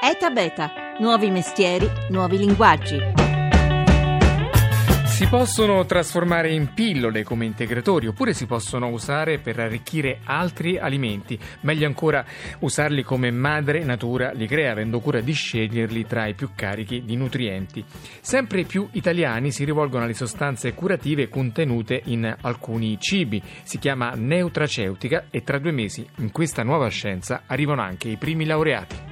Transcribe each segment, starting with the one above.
ETA Beta, nuovi mestieri, nuovi linguaggi. Si possono trasformare in pillole come integratori oppure si possono usare per arricchire altri alimenti. Meglio ancora usarli come madre natura li crea, avendo cura di sceglierli tra i più carichi di nutrienti. Sempre più italiani si rivolgono alle sostanze curative contenute in alcuni cibi. Si chiama nutraceutica e tra 2 mesi in questa nuova scienza arrivano anche i primi laureati.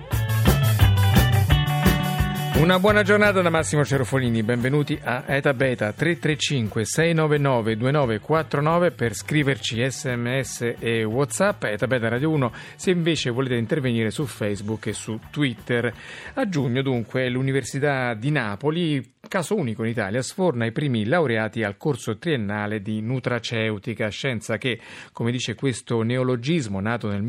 Una buona giornata da Massimo Cerofolini, benvenuti a ETA Beta 335 699 2949 per scriverci sms e WhatsApp, ETA Beta Radio 1 se invece volete intervenire su Facebook e su Twitter. A giugno dunque l'Università di Napoli, caso unico in Italia, sforna i primi laureati al corso triennale di nutraceutica, scienza che, come dice questo neologismo nato nel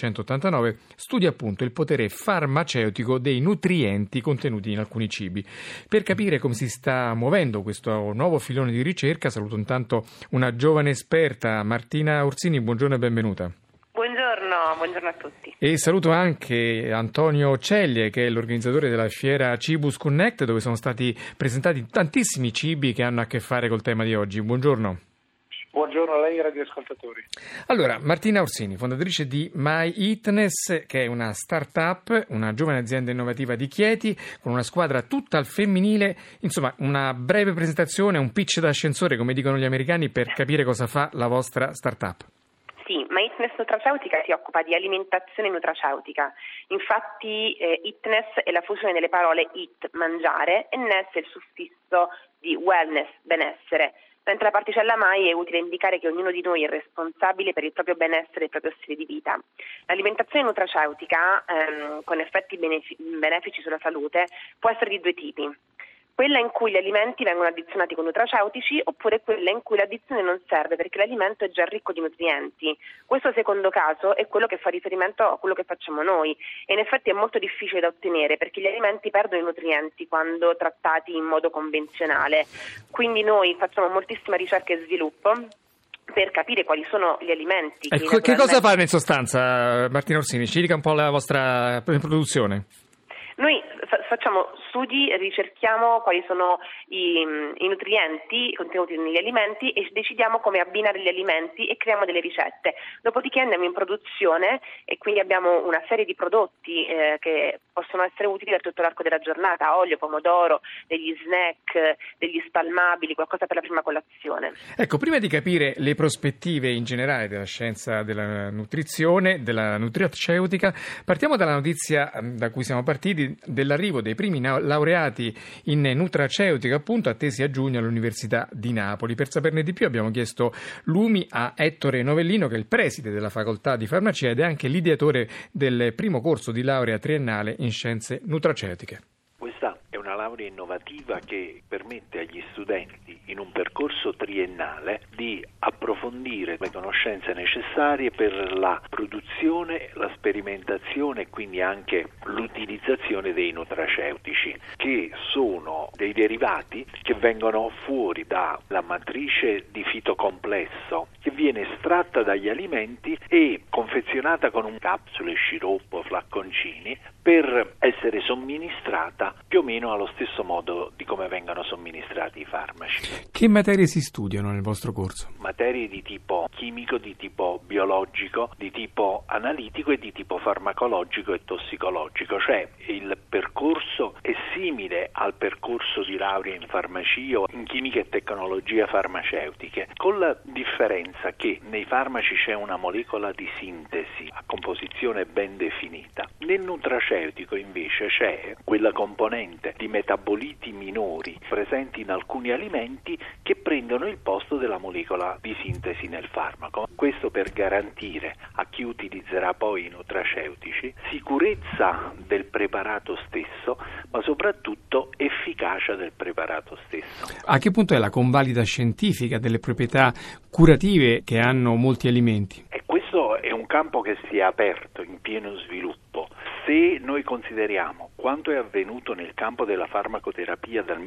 1989, studia appunto il potere farmaceutico dei nutrienti contenuti in alcuni cibi. Per capire come si sta muovendo questo nuovo filone di ricerca, saluto intanto una giovane esperta, Martina Orsini, buongiorno e benvenuta. Buongiorno a tutti. E saluto anche Antonio Ceglie, che è l'organizzatore della fiera Cibus Connect, dove sono stati presentati tantissimi cibi che hanno a che fare col tema di oggi. Buongiorno. Buongiorno a lei e radioascoltatori. Allora, Martina Orsini, fondatrice di My Eatness, che è una start-up, una giovane azienda innovativa di Chieti, con una squadra tutta al femminile. Insomma, una breve presentazione, un pitch d'ascensore, come dicono gli americani, per capire cosa fa la vostra start-up. Sì, My Eatness Nutraceutica si occupa di alimentazione nutraceutica. Infatti Eatness è la fusione delle parole eat, mangiare, e ness è il suffisso di wellness, benessere. Mentre la particella mai è utile indicare che ognuno di noi è responsabile per il proprio benessere e il proprio stile di vita. L'alimentazione nutraceutica, con effetti benefici sulla salute, può essere di 2 tipi. Quella in cui gli alimenti vengono addizionati con nutraceutici, oppure quella in cui l'addizione non serve perché l'alimento è già ricco di nutrienti. Questo secondo caso è quello che fa riferimento a quello che facciamo noi e in effetti è molto difficile da ottenere perché gli alimenti perdono i nutrienti quando trattati in modo convenzionale. Quindi noi facciamo moltissima ricerca e sviluppo per capire quali sono gli alimenti. Che cosa fate in sostanza, Martina Orsini? Ci dica un po' la vostra produzione. Noi facciamo studi, ricerchiamo quali sono i nutrienti contenuti negli alimenti e decidiamo come abbinare gli alimenti e creiamo delle ricette. Dopodiché andiamo in produzione e quindi abbiamo una serie di prodotti che possono essere utili per tutto l'arco della giornata: olio, pomodoro, degli snack, degli spalmabili, qualcosa per la prima colazione. Ecco, prima di capire le prospettive in generale della scienza della nutrizione, della nutraceutica, partiamo dalla notizia da cui siamo partiti, dell'arrivo dei primi laureati in nutraceutica, appunto attesi a giugno all'Università di Napoli. Per saperne di più abbiamo chiesto lumi a Ettore Novellino, che è il preside della facoltà di farmacia ed è anche l'ideatore del primo corso di laurea triennale in scienze nutraceutiche. Questa è una laurea innovativa che permette agli studenti in un percorso triennale di approfondire le conoscenze necessarie per la produzione, la sperimentazione e quindi anche l'utilizzazione dei nutraceutici, che sono dei derivati che vengono fuori dalla matrice di fitocomplesso che viene estratta dagli alimenti e confezionata con un capsule, sciroppo, flacconcini per essere somministrata più o meno allo stesso modo di come vengono somministrati i farmaci. Che materie si studiano nel vostro corso? Materie di tipo chimico, di tipo biologico, di tipo analitico e di tipo farmacologico e tossicologico, cioè il percorso è simile al percorso di laurea in farmacia o in chimica e tecnologie farmaceutiche, con la differenza che nei farmaci c'è una molecola di sintesi a composizione ben definita. Nel nutraceutico invece c'è quella componente di metaboliti minori presenti in alcuni alimenti che prendono il posto della molecola di sintesi nel farmaco. Questo per garantire a chi utilizzerà poi i nutraceutici sicurezza del preparato stesso, ma soprattutto efficacia del preparato stesso. A che punto è la convalida scientifica delle proprietà curative che hanno molti alimenti? E questo è un campo che si è aperto in pieno sviluppo. Se noi consideriamo quanto è avvenuto nel campo della farmacoterapia dal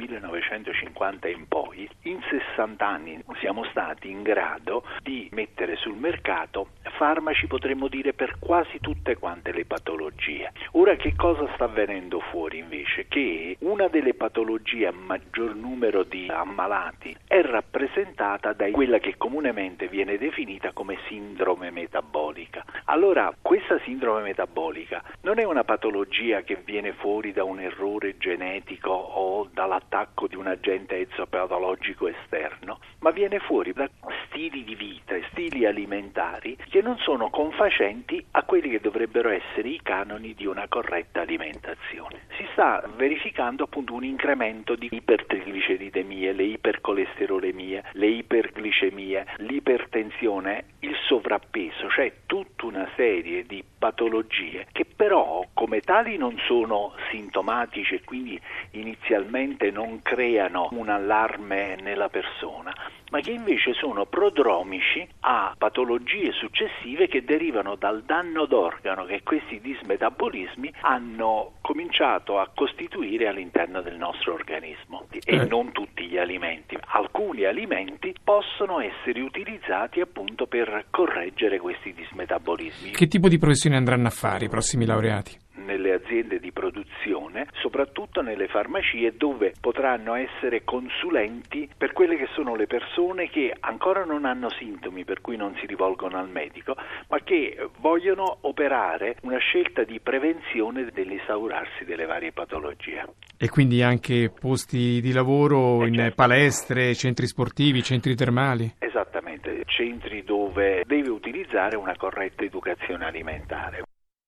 1950 in poi, in 60 anni siamo stati in grado di mettere sul mercato farmaci, potremmo dire per quasi tutte quante le patologie. Ora che cosa sta venendo fuori invece? Che una delle patologie a maggior numero di ammalati è rappresentata da quella che comunemente viene definita come sindrome metabolica. Allora, questa sindrome metabolica non è una patologia che viene fuori da un errore genetico o dall'attacco di un agente ezopatologico esterno, ma viene fuori da stili di vita e stili alimentari che non sono confacenti a quelli che dovrebbero essere i canoni di una corretta alimentazione. Si sta verificando appunto un incremento di ipertrigliceridemie, le ipercolesterolemie, le iperglicemie, l'ipertensione, il sovrappeso, cioè tutta una serie di patologie che però come tali non sono sintomatici e quindi inizialmente non creano un allarme nella persona, ma che invece sono prodromici a patologie successive che derivano dal danno d'organo che questi dismetabolismi hanno cominciato a costituire all'interno del nostro organismo. E non tutti gli alimenti. Alcuni alimenti possono essere utilizzati appunto per correggere questi dismetabolismi. Che tipo di professioni andranno a fare i prossimi laureati? Nelle aziende di produzione, soprattutto nelle farmacie, dove potranno essere consulenti per quelle che sono le persone che ancora non hanno sintomi, per cui non si rivolgono al medico, ma che vogliono operare una scelta di prevenzione dell'insaurarsi delle varie patologie. E quindi anche posti di lavoro in certo. Palestre, centri sportivi, centri termali? Esattamente, centri dove deve utilizzare una corretta educazione alimentare.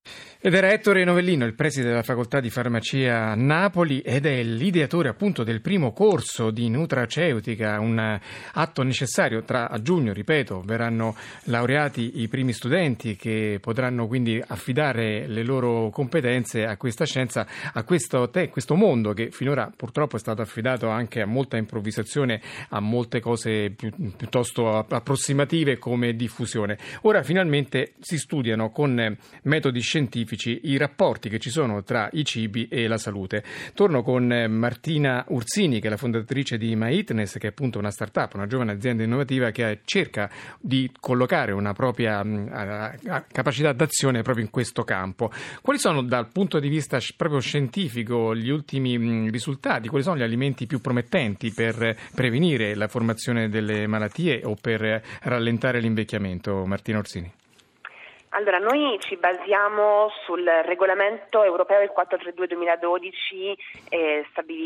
Ed era Ettore Novellino, il preside della facoltà di farmacia a Napoli ed è l'ideatore appunto del primo corso di nutraceutica, un atto necessario. A giugno, ripeto, verranno laureati i primi studenti che potranno quindi affidare le loro competenze a questa scienza, a questo mondo che finora purtroppo è stato affidato anche a molta improvvisazione, a molte cose piuttosto approssimative come diffusione. Ora finalmente si studiano con metodi scientifici i rapporti che ci sono tra i cibi e la salute. Torno con Martina Ursini, che è la fondatrice di MyEatness, che è appunto una startup, una giovane azienda innovativa che cerca di collocare una propria capacità d'azione proprio in questo campo. Quali sono dal punto di vista proprio scientifico gli ultimi risultati? Quali sono gli alimenti più promettenti per prevenire la formazione delle malattie o per rallentare l'invecchiamento? Martina Ursini. Allora, noi ci basiamo sul regolamento europeo il 432/2012 che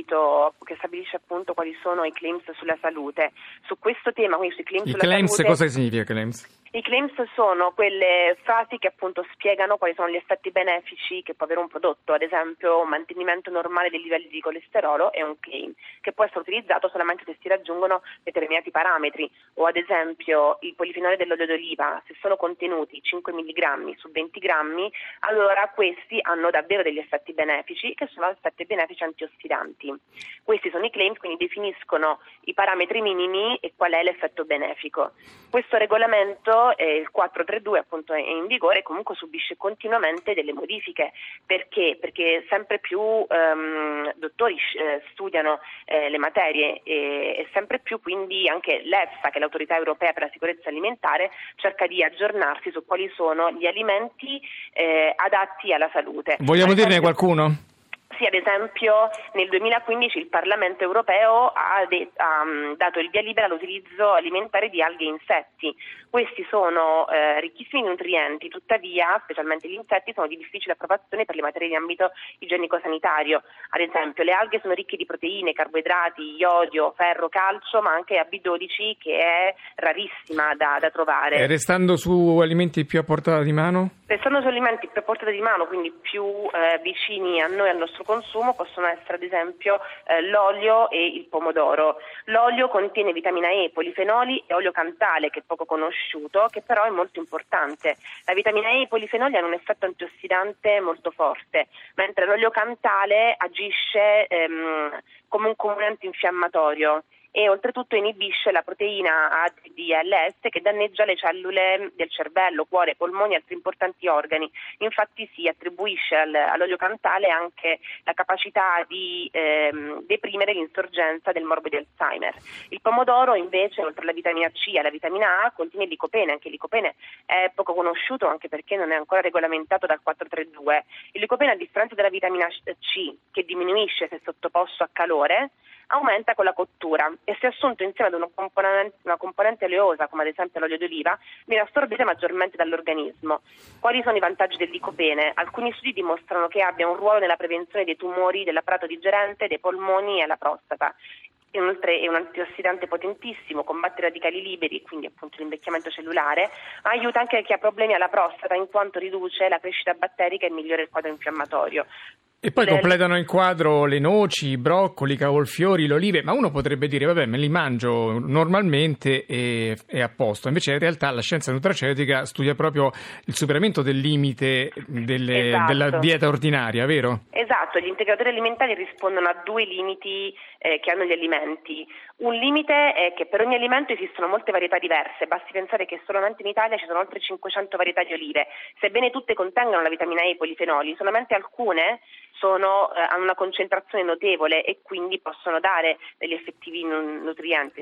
stabilisce appunto quali sono i claims sulla salute. Su questo tema, quindi sui claims sulla salute... Cosa significa claims? I claims sono quelle frasi che appunto spiegano quali sono gli effetti benefici che può avere un prodotto, ad esempio un mantenimento normale dei livelli di colesterolo è un claim che può essere utilizzato solamente se si raggiungono determinati parametri, o ad esempio il polifenole dell'olio d'oliva, se sono contenuti 5 mg su 20 grammi, allora questi hanno davvero degli effetti benefici che sono effetti benefici antiossidanti. Questi sono i claims, quindi definiscono i parametri minimi e qual è l'effetto benefico. Questo regolamento il 432 appunto è in vigore e comunque subisce continuamente delle modifiche. Perché? Perché sempre più dottori studiano le materie e sempre più quindi anche l'EFSA, che è l'autorità europea per la sicurezza alimentare, cerca di aggiornarsi su quali sono gli alimenti adatti alla salute. Vogliamo dirne qualcuno? Sì, ad esempio nel 2015 il Parlamento europeo ha dato il via libera all'utilizzo alimentare di alghe e insetti. Questi sono ricchissimi in nutrienti, tuttavia, specialmente gli insetti, sono di difficile approvazione per le materie di ambito igienico-sanitario. Ad esempio, le alghe sono ricche di proteine, carboidrati, iodio, ferro, calcio, ma anche a B12 che è rarissima da trovare. E restando su alimenti più a portata di mano? Restando su alimenti più a portata di mano, quindi più vicini a noi, al nostro consumo, possono essere ad esempio l'olio e il pomodoro. L'olio contiene vitamina E, polifenoli e olio cantale, che è poco conosciuto, che però è molto importante. La vitamina E e i polifenoli hanno un effetto antiossidante molto forte, mentre l'olio cantale agisce come un comune antinfiammatorio e oltretutto inibisce la proteina ADDLS che danneggia le cellule del cervello, cuore, polmoni e altri importanti organi. Infatti si attribuisce all'olio cantale anche la capacità di deprimere l'insorgenza del morbo di Alzheimer. Il pomodoro invece, oltre alla vitamina C e alla vitamina A, contiene licopene. Anche il licopene è poco conosciuto anche perché non è ancora regolamentato dal 432. Il licopene, a differenza della vitamina C, che diminuisce se sottoposto a calore, aumenta con la cottura e se assunto insieme ad una componente oleosa, come ad esempio l'olio d'oliva, viene assorbito maggiormente dall'organismo. Quali sono i vantaggi del licopene? Alcuni studi dimostrano che abbia un ruolo nella prevenzione dei tumori dell'apparato digerente, dei polmoni e la prostata. Inoltre è un antiossidante potentissimo, combatte i radicali liberi, quindi appunto l'invecchiamento cellulare, aiuta anche chi ha problemi alla prostata in quanto riduce la crescita batterica e migliora il quadro infiammatorio. E poi completano il quadro le noci, i broccoli, i cavolfiori, le olive, ma uno potrebbe dire vabbè, me li mangio normalmente e è a posto. Invece in realtà la scienza nutraceutica studia proprio il superamento del limite della dieta ordinaria, vero? Esatto, gli integratori alimentari rispondono a due limiti che hanno gli alimenti. Un limite è che per ogni alimento esistono molte varietà diverse, basti pensare che solamente in Italia ci sono oltre 500 varietà di olive. Sebbene tutte contengano la vitamina E e i polifenoli, solamente alcune hanno una concentrazione notevole e quindi possono dare degli effettivi nutrienti.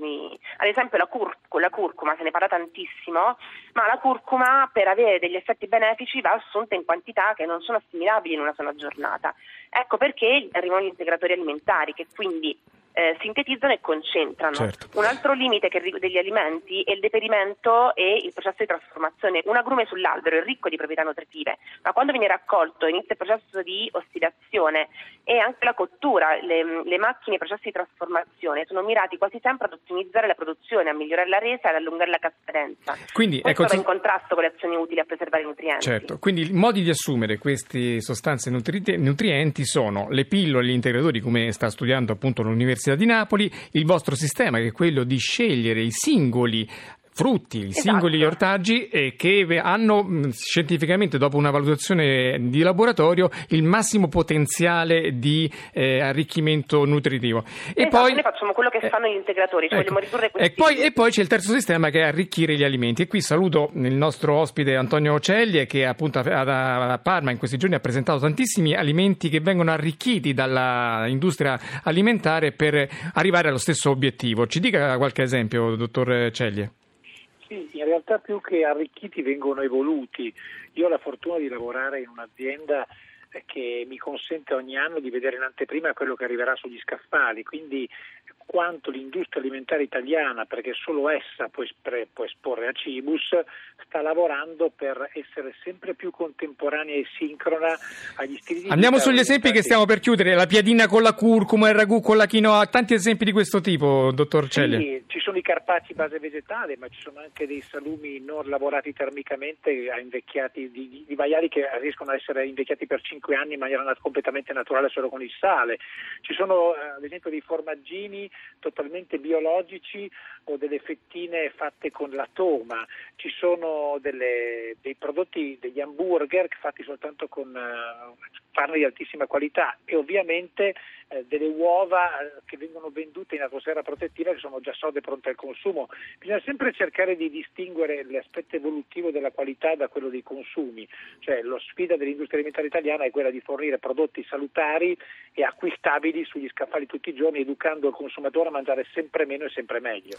Ad esempio la curcuma, se ne parla tantissimo, ma la curcuma per avere degli effetti benefici va assunta in quantità che non sono assimilabili in una sola giornata. Ecco perché arrivano gli integratori alimentari che quindi sintetizzano e concentrano. Certo. Un altro limite degli alimenti è il deperimento e il processo di trasformazione. Un agrume sull'albero è ricco di proprietà nutritive, ma quando viene raccolto inizia il processo di ossidazione e anche la cottura. Le macchine e i processi di trasformazione sono mirati quasi sempre ad ottimizzare la produzione, a migliorare la resa e ad allungare la cadenza. Quindi questo va in contrasto con le azioni utili a preservare i nutrienti. Certo, quindi i modi di assumere queste sostanze nutrienti sono le pillole, gli integratori, come sta studiando appunto l'Università di Napoli, il vostro sistema che è quello di scegliere i singoli frutti, i singoli ortaggi che hanno scientificamente, dopo una valutazione di laboratorio, il massimo potenziale di arricchimento nutritivo. E poi noi facciamo quello che fanno gli integratori, cioè vogliamo ridurre questi. E poi c'è il terzo sistema che è arricchire gli alimenti. E qui saluto il nostro ospite Antonio Celli, che appunto a Parma in questi giorni ha presentato tantissimi alimenti che vengono arricchiti dalla industria alimentare per arrivare allo stesso obiettivo. Ci dica qualche esempio, dottor Celli. Sì, in realtà più che arricchiti vengono evoluti. Io ho la fortuna di lavorare in un'azienda che mi consente ogni anno di vedere in anteprima quello che arriverà sugli scaffali, quindi quanto l'industria alimentare italiana, perché solo essa può esporre a Cibus, sta lavorando per essere sempre più contemporanea e sincrona agli stili di vita. Andiamo sugli esempi che stiamo per chiudere, la piadina con la curcuma, il ragù con la quinoa, tanti esempi di questo tipo, dottor Celli. Sì, ci sono i carpacci base vegetale, ma ci sono anche dei salumi non lavorati termicamente, invecchiati di maiali che riescono a essere invecchiati per 5 anni in maniera completamente naturale solo con il sale. Ci sono ad esempio dei formaggini totalmente biologici o delle fettine fatte con la toma, ci sono dei prodotti, degli hamburger fatti soltanto con carne di altissima qualità e ovviamente delle uova che vengono vendute in atmosfera protettiva che sono già sode pronte al consumo. Bisogna sempre cercare di distinguere l'aspetto evolutivo della qualità da quello dei consumi, cioè la sfida dell'industria alimentare italiana è quella di fornire prodotti salutari e acquistabili sugli scaffali tutti i giorni, educando il consumatore a mangiare sempre meno e sempre meglio.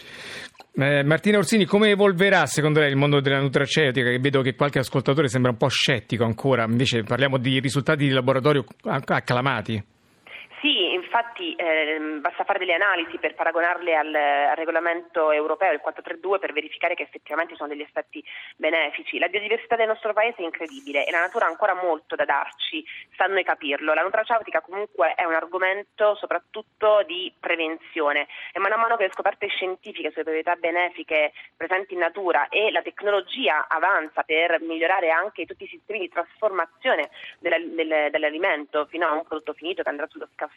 Martina Orsini, come evolverà secondo lei il mondo della nutraceutica? Che vedo che qualche ascoltatore sembra un po' scettico ancora, invece parliamo di risultati di laboratorio acclamati. Sì, infatti basta fare delle analisi per paragonarle al regolamento europeo, il 432, per verificare che effettivamente sono degli effetti benefici. La biodiversità del nostro paese è incredibile e la natura ha ancora molto da darci, sta a noi capirlo. La nutraceutica comunque è un argomento soprattutto di prevenzione e man mano che le scoperte scientifiche sulle proprietà benefiche presenti in natura e la tecnologia avanza per migliorare anche tutti i sistemi di trasformazione dell'alimento fino a un prodotto finito che andrà sullo scaffale,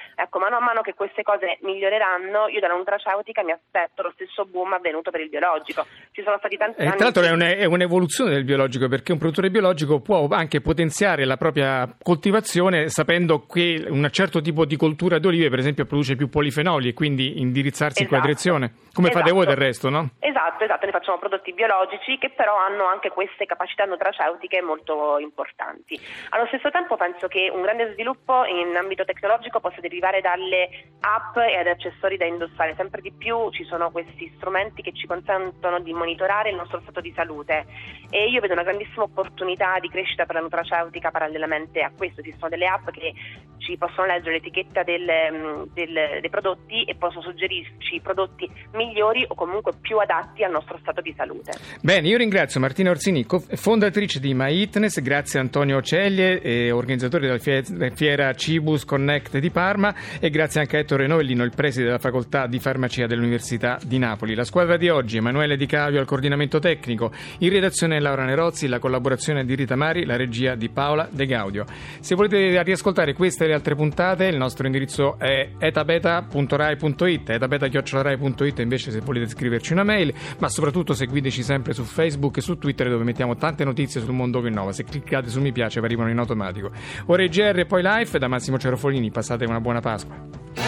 Ecco, mano a mano che queste cose miglioreranno, io dalla nutraceutica mi aspetto lo stesso boom avvenuto per il biologico. Ci sono stati tanti anni. Tra l'altro è un'evoluzione del biologico, perché un produttore biologico può anche potenziare la propria coltivazione sapendo che un certo tipo di coltura d'olive, per esempio, produce più polifenoli e quindi indirizzarsi in quella direzione, come fate voi del resto, no? Esatto, noi facciamo prodotti biologici che però hanno anche queste capacità nutraceutiche molto importanti. Allo stesso tempo penso che un grande sviluppo in ambito tecnologico possa derivare dalle app e ad accessori da indossare. Sempre di più ci sono questi strumenti che ci consentono di monitorare il nostro stato di salute e io vedo una grandissima opportunità di crescita per la nutraceutica parallelamente a questo. Ci sono delle app che ci possono leggere l'etichetta dei prodotti e possono suggerirci prodotti migliori o comunque più adatti al nostro stato di salute. Bene, io ringrazio Martina Orsini, fondatrice di MyEatness, grazie a Antonio Ceglie, organizzatore della fiera Cibus Connect di Parma, e grazie anche a Ettore Novellino, il preside della facoltà di farmacia dell'Università di Napoli. La squadra di oggi: Emanuele Di Cavio al coordinamento tecnico, in redazione Laura Nerozzi, la collaborazione di Rita Mari, la regia di Paola De Gaudio. Se volete riascoltare queste e le altre puntate, il nostro indirizzo è etabeta.rai.it, etabeta@rai.it invece se volete scriverci una mail, ma soprattutto seguiteci sempre su Facebook e su Twitter, dove mettiamo tante notizie sul mondo che innova. Se cliccate su mi piace vi arrivano in automatico. Ora GR e poi Life da Massimo Cerofolini. Passate una buona Pasqua.